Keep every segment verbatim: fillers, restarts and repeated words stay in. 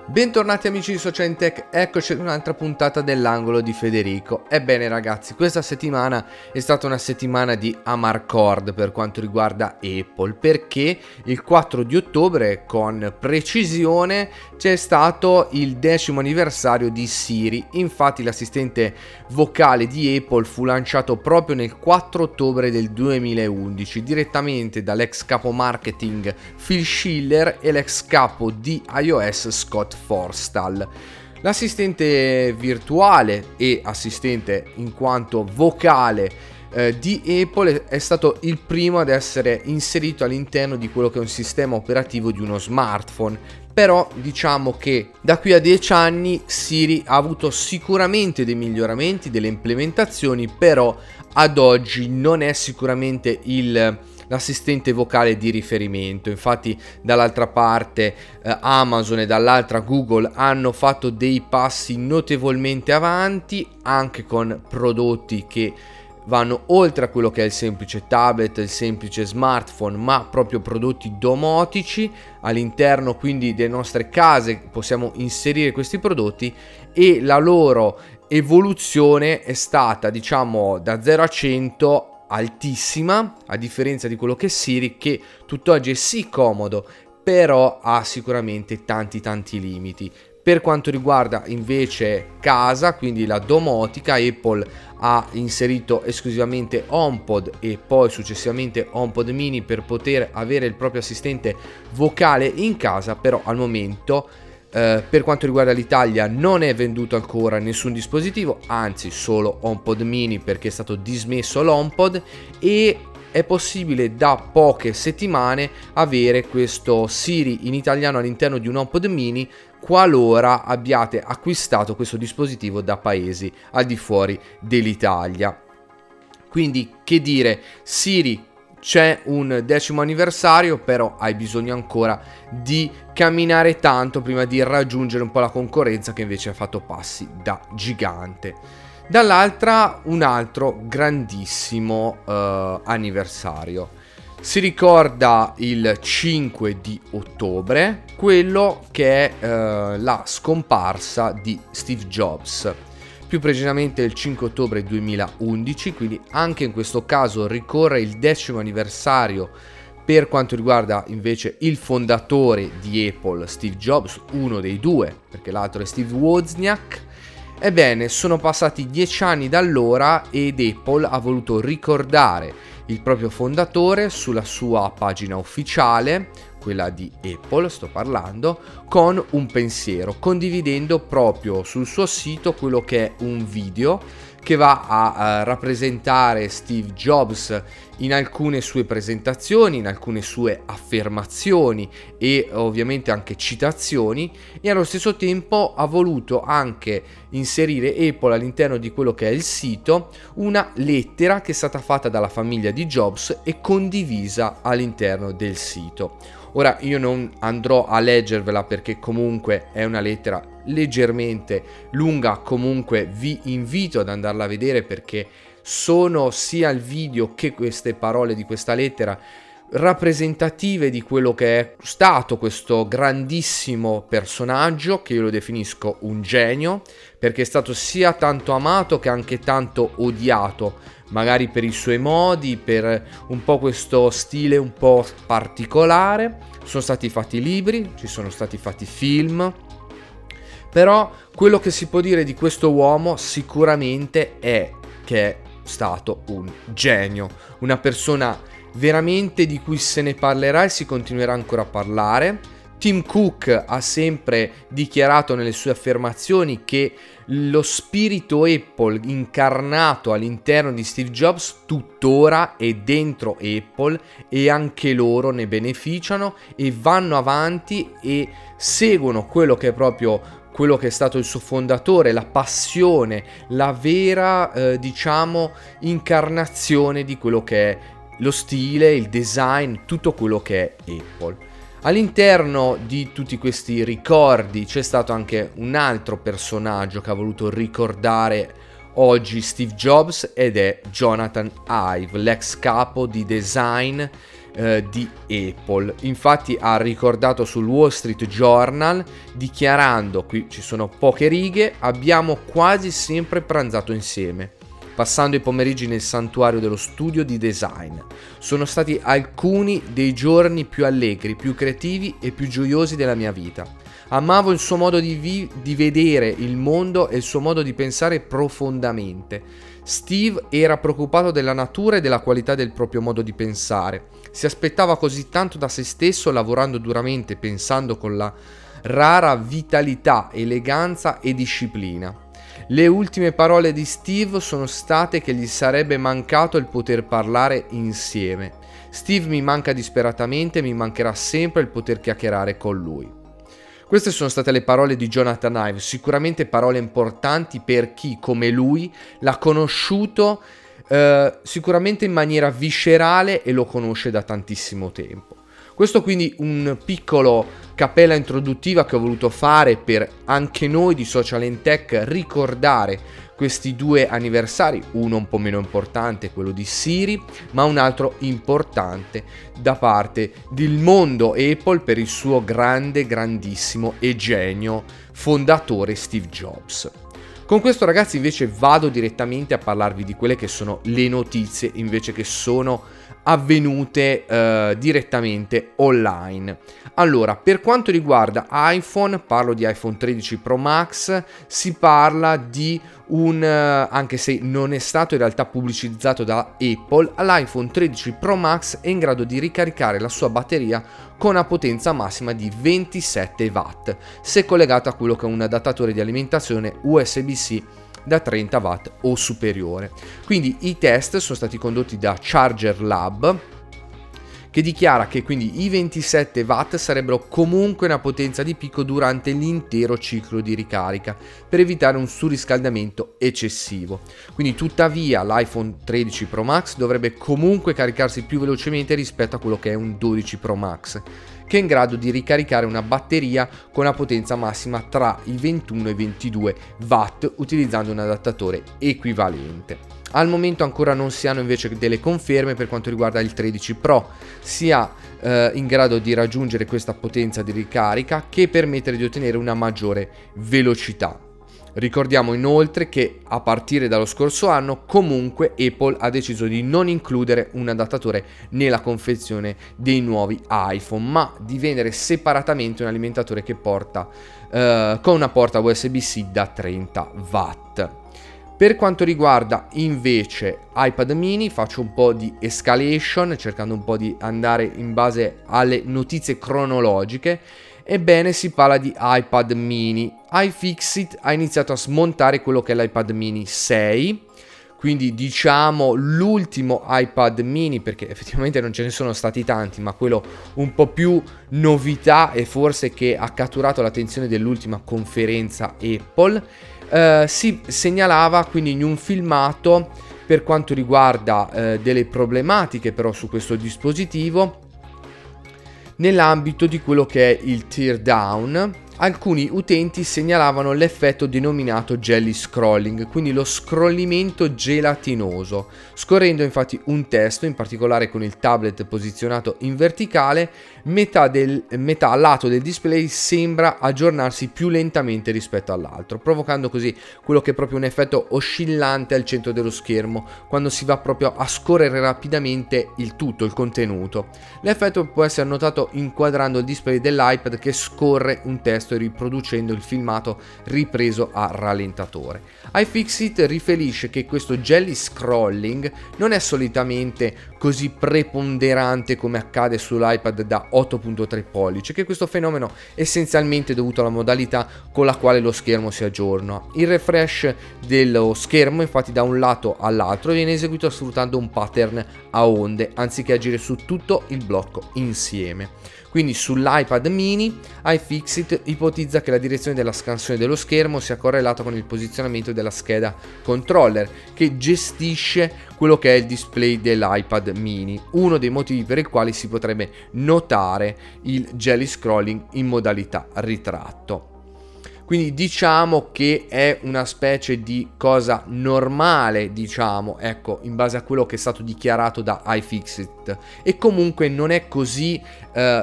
Bentornati amici di Socialintech, eccoci ad un'altra puntata dell'angolo di Federico. Ebbene ragazzi, questa settimana è stata una settimana di Amarcord per quanto riguarda Apple, perché il quattro di ottobre con precisione c'è stato il decimo anniversario di Siri. Infatti l'assistente vocale di Apple fu lanciato proprio nel quattro ottobre del duemilaundici direttamente dall'ex capo marketing Phil Schiller e l'ex capo di iOS Scott Forstall. L'assistente virtuale e assistente in quanto vocale eh, di Apple è stato il primo ad essere inserito all'interno di quello che è un sistema operativo di uno smartphone. Però diciamo che da qui a dieci anni Siri ha avuto sicuramente dei miglioramenti, delle implementazioni, però ad oggi non è sicuramente il l'assistente vocale di riferimento. Infatti dall'altra parte eh, Amazon e dall'altra Google hanno fatto dei passi notevolmente avanti, anche con prodotti che vanno oltre a quello che è il semplice tablet, il semplice smartphone, ma proprio prodotti domotici. All'interno quindi delle nostre case possiamo inserire questi prodotti e la loro evoluzione è stata, diciamo, da zero a cento altissima, a differenza di quello che è Siri, che tutt'oggi è sì comodo, però ha sicuramente tanti tanti limiti. Per quanto riguarda invece casa, quindi la domotica, Apple ha inserito esclusivamente HomePod e poi successivamente HomePod Mini per poter avere il proprio assistente vocale in casa, però al momento Uh, per quanto riguarda l'Italia non è venduto ancora nessun dispositivo, anzi solo HomePod Mini perché è stato dismesso l'HomePod, e è possibile da poche settimane avere questo Siri in italiano all'interno di un HomePod Mini qualora abbiate acquistato questo dispositivo da paesi al di fuori dell'Italia. Quindi che dire, Siri c'è un decimo anniversario, però hai bisogno ancora di camminare tanto prima di raggiungere un po' la concorrenza che invece ha fatto passi da gigante. Dall'altra un altro grandissimo uh, anniversario. Si ricorda il cinque di ottobre, quello che è uh, la scomparsa di Steve Jobs. Più precisamente il cinque ottobre duemilaundici, quindi anche in questo caso ricorre il decimo anniversario per quanto riguarda invece il fondatore di Apple, Steve Jobs, uno dei due, perché l'altro è Steve Wozniak. Ebbene, sono passati dieci anni da allora ed Apple ha voluto ricordare il proprio fondatore sulla sua pagina ufficiale, quella di Apple sto parlando, con un pensiero, condividendo proprio sul suo sito quello che è un video che va a, a rappresentare Steve Jobs in alcune sue presentazioni, in alcune sue affermazioni e ovviamente anche citazioni, e allo stesso tempo ha voluto anche inserire Apple all'interno di quello che è il sito una lettera che è stata fatta dalla famiglia di Jobs e condivisa all'interno del sito. Ora io non andrò a leggervela perché comunque è una lettera leggermente lunga, comunque vi invito ad andarla a vedere perché sono sia il video che queste parole di questa lettera rappresentative di quello che è stato questo grandissimo personaggio, che io lo definisco un genio, perché è stato sia tanto amato che anche tanto odiato, magari per i suoi modi, per un po' questo stile un po' particolare. Sono stati fatti libri, ci sono stati fatti film, però quello che si può dire di questo uomo sicuramente è che è stato un genio, una persona veramente di cui se ne parlerà e si continuerà ancora a parlare. Tim Cook ha sempre dichiarato nelle sue affermazioni che lo spirito Apple incarnato all'interno di Steve Jobs tuttora è dentro Apple e anche loro ne beneficiano e vanno avanti e seguono quello che è proprio quello che è stato il suo fondatore, la passione, la vera eh, diciamo incarnazione di quello che è lo stile, il design, tutto quello che è Apple. All'interno di tutti questi ricordi c'è stato anche un altro personaggio che ha voluto ricordare oggi Steve Jobs ed è Jonathan Ive, l'ex capo di design eh, di Apple. Infatti ha ricordato sul Wall Street Journal dichiarando, qui ci sono poche righe: abbiamo quasi sempre pranzato insieme, passando i pomeriggi nel santuario dello studio di design. Sono stati alcuni dei giorni più allegri, più creativi e più gioiosi della mia vita. Amavo il suo modo di, vi- di vedere il mondo e il suo modo di pensare profondamente. Steve era preoccupato della natura e della qualità del proprio modo di pensare. Si aspettava così tanto da se stesso, lavorando duramente, pensando con la rara vitalità, eleganza e disciplina. Le ultime parole di Steve sono state che gli sarebbe mancato il poter parlare insieme. Steve mi manca disperatamente e mi mancherà sempre il poter chiacchierare con lui. Queste sono state le parole di Jonathan Ive, sicuramente parole importanti per chi, come lui, l'ha conosciuto eh, sicuramente in maniera viscerale e lo conosce da tantissimo tempo. Questo quindi un piccolo cappella introduttiva che ho voluto fare per anche noi di Social and Tech ricordare questi due anniversari, uno un po' meno importante, quello di Siri, ma un altro importante da parte del mondo Apple per il suo grande, grandissimo e genio fondatore Steve Jobs. Con questo, ragazzi, invece vado direttamente a parlarvi di quelle che sono le notizie invece che sono avvenute eh, direttamente online. Allora, per quanto riguarda iPhone, parlo di iPhone tredici Pro Max, si parla di un, eh, anche se non è stato in realtà pubblicizzato da Apple, l'iPhone tredici Pro Max è in grado di ricaricare la sua batteria con una potenza massima di ventisette watt, se collegato a quello che è un adattatore di alimentazione U S B C da trenta watt o superiore. Quindi i test sono stati condotti da Charger Lab, che dichiara che quindi i ventisette watt sarebbero comunque una potenza di picco durante l'intero ciclo di ricarica, per evitare un surriscaldamento eccessivo. Quindi tuttavia l'iPhone tredici Pro Max dovrebbe comunque caricarsi più velocemente rispetto a quello che è un dodici Pro Max, che è in grado di ricaricare una batteria con una potenza massima tra i ventuno e i ventidue watt utilizzando un adattatore equivalente. Al momento ancora non si hanno invece delle conferme per quanto riguarda il tredici Pro, sia eh, in grado di raggiungere questa potenza di ricarica che permettere di ottenere una maggiore velocità. Ricordiamo inoltre che a partire dallo scorso anno comunque Apple ha deciso di non includere un adattatore nella confezione dei nuovi iPhone, ma di vendere separatamente un alimentatore che porta eh, con una porta U S B C da trenta watt. Per quanto riguarda invece iPad mini, faccio un po' di escalation cercando un po' di andare in base alle notizie cronologiche. Ebbene, si parla di iPad mini. iFixit ha iniziato a smontare quello che è l'iPad mini sei, quindi diciamo l'ultimo iPad mini, perché effettivamente non ce ne sono stati tanti, ma quello un po' più novità e forse che ha catturato l'attenzione dell'ultima conferenza Apple. Uh, si segnalava quindi in un filmato per quanto riguarda uh, delle problematiche però su questo dispositivo nell'ambito di quello che è il tear down. Alcuni utenti segnalavano l'effetto denominato jelly scrolling, quindi lo scrollimento gelatinoso. Scorrendo infatti un testo, in particolare con il tablet posizionato in verticale, metà, del, metà lato del display sembra aggiornarsi più lentamente rispetto all'altro, provocando così quello che è proprio un effetto oscillante al centro dello schermo, quando si va proprio a scorrere rapidamente il tutto, il contenuto. L'effetto può essere notato inquadrando il display dell'iPad che scorre un testo e riproducendo il filmato ripreso a rallentatore. iFixit riferisce che questo jelly scrolling non è solitamente così preponderante come accade sull'iPad da otto virgola tre pollici, che questo fenomeno è essenzialmente dovuto alla modalità con la quale lo schermo si aggiorna. Il refresh dello schermo infatti da un lato all'altro viene eseguito sfruttando un pattern a onde anziché agire su tutto il blocco insieme. Quindi sull'iPad mini iFixit ipotizza che la direzione della scansione dello schermo sia correlata con il posizionamento della scheda controller che gestisce quello che è il display dell'iPad mini, uno dei motivi per i quali si potrebbe notare il jelly scrolling in modalità ritratto. quindi diciamo che è una specie di cosa normale, diciamo, ecco, in base a quello che è stato dichiarato da iFixit, e comunque non è così eh,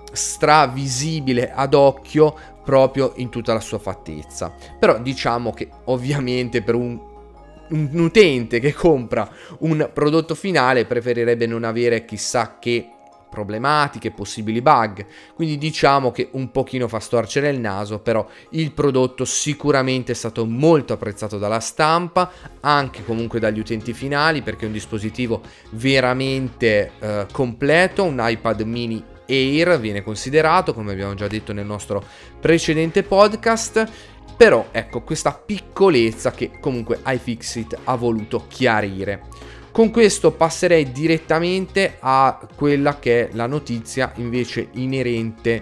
stravisibile ad occhio proprio in tutta la sua fattezza. Però diciamo che ovviamente per un un utente che compra un prodotto finale preferirebbe non avere chissà che problematiche, possibili bug, quindi diciamo che un pochino fa storcere il naso, però il prodotto sicuramente è stato molto apprezzato dalla stampa, anche comunque dagli utenti finali, perché è un dispositivo veramente eh, completo, un iPad mini Air viene considerato, come abbiamo già detto nel nostro precedente podcast. Però ecco, questa piccolezza che comunque iFixit ha voluto chiarire. Con questo passerei direttamente a quella che è la notizia invece inerente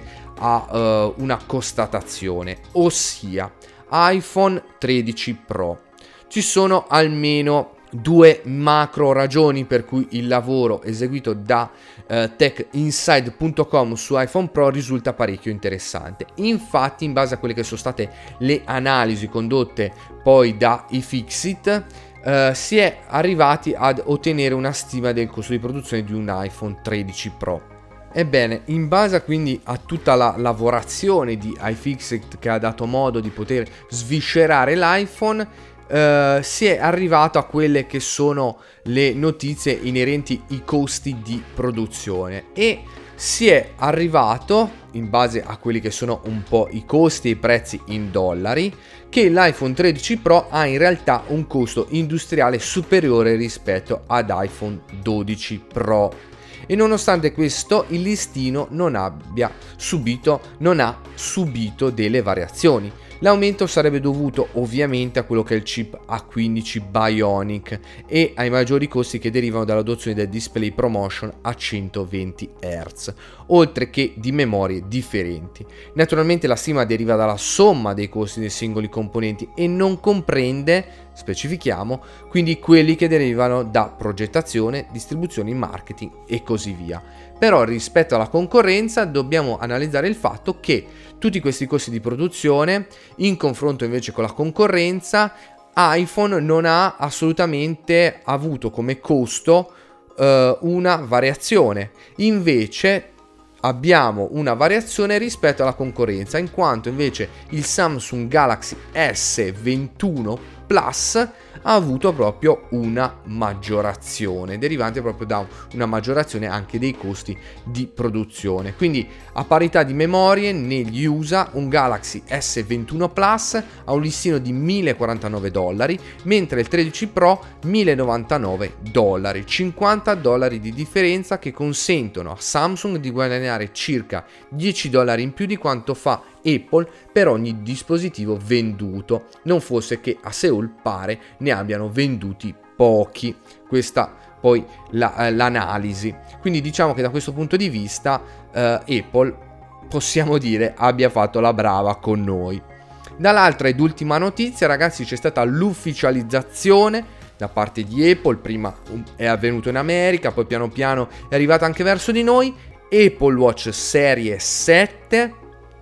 a uh, una constatazione, ossia iPhone tredici Pro. Ci sono almeno due macro ragioni per cui il lavoro eseguito da uh, tech inside punto com su iPhone Pro risulta parecchio interessante. Infatti, in base a quelle che sono state le analisi condotte poi da iFixit, uh, si è arrivati ad ottenere una stima del costo di produzione di un iPhone tredici Pro. Ebbene, in base quindi a tutta la lavorazione di iFixit, che ha dato modo di poter sviscerare l'iPhone, Uh, si è arrivato a quelle che sono le notizie inerenti ai costi di produzione, e si è arrivato, in base a quelli che sono un po' i costi e i prezzi in dollari, che l'iPhone tredici Pro ha in realtà un costo industriale superiore rispetto ad iPhone dodici Pro. E nonostante questo il listino non abbia subito, non ha subito delle variazioni. L'aumento sarebbe dovuto ovviamente a quello che è il chip A quindici Bionic e ai maggiori costi che derivano dall'adozione del Display Promotion a centoventi hertz, oltre che di memorie differenti. Naturalmente la stima deriva dalla somma dei costi dei singoli componenti e non comprende, specifichiamo, quindi quelli che derivano da progettazione, distribuzione, marketing e così via. Però rispetto alla concorrenza dobbiamo analizzare il fatto che tutti questi costi di produzione, in confronto invece con la concorrenza, iPhone non ha assolutamente avuto come costo eh, una variazione. Invece abbiamo una variazione rispetto alla concorrenza, in quanto invece il Samsung Galaxy S ventuno Plus ha avuto proprio una maggiorazione derivante proprio da una maggiorazione anche dei costi di produzione. Quindi a parità di memorie negli U S A un Galaxy S ventuno Plus ha un listino di mille quarantanove dollari, mentre il tredici Pro mille novantanove dollari, cinquanta dollari di differenza che consentono a Samsung di guadagnare circa dieci dollari in più di quanto fa Apple per ogni dispositivo venduto, non fosse che a Seoul pare ne abbiano venduti pochi. Questa poi la, l'analisi. Quindi diciamo che da questo punto di vista eh, Apple, possiamo dire, abbia fatto la brava con noi. Dall'altra ed ultima notizia, ragazzi, c'è stata l'ufficializzazione da parte di Apple. Prima è avvenuto in America, poi piano piano è arrivata anche verso di noi. Apple Watch Serie sette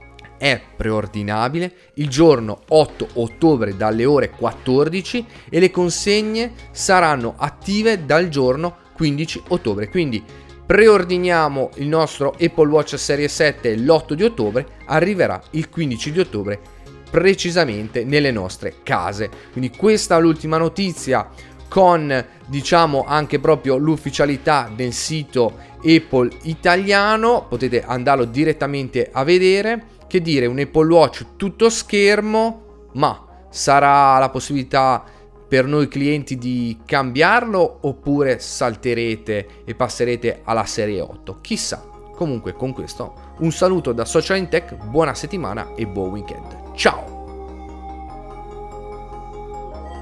è preordinabile il giorno otto ottobre dalle ore quattordici e le consegne saranno attive dal giorno quindici ottobre. Quindi preordiniamo il nostro Apple Watch Serie sette l'otto di ottobre, arriverà il quindici di ottobre precisamente nelle nostre case. Quindi questa è l'ultima notizia, con diciamo anche proprio l'ufficialità del sito Apple italiano. Potete andarlo direttamente a vedere. Che dire, un Apple Watch tutto schermo, ma sarà la possibilità per noi clienti di cambiarlo oppure salterete e passerete alla serie otto? Chissà. Comunque con questo un saluto da Social in Tech, buona settimana e buon weekend. Ciao!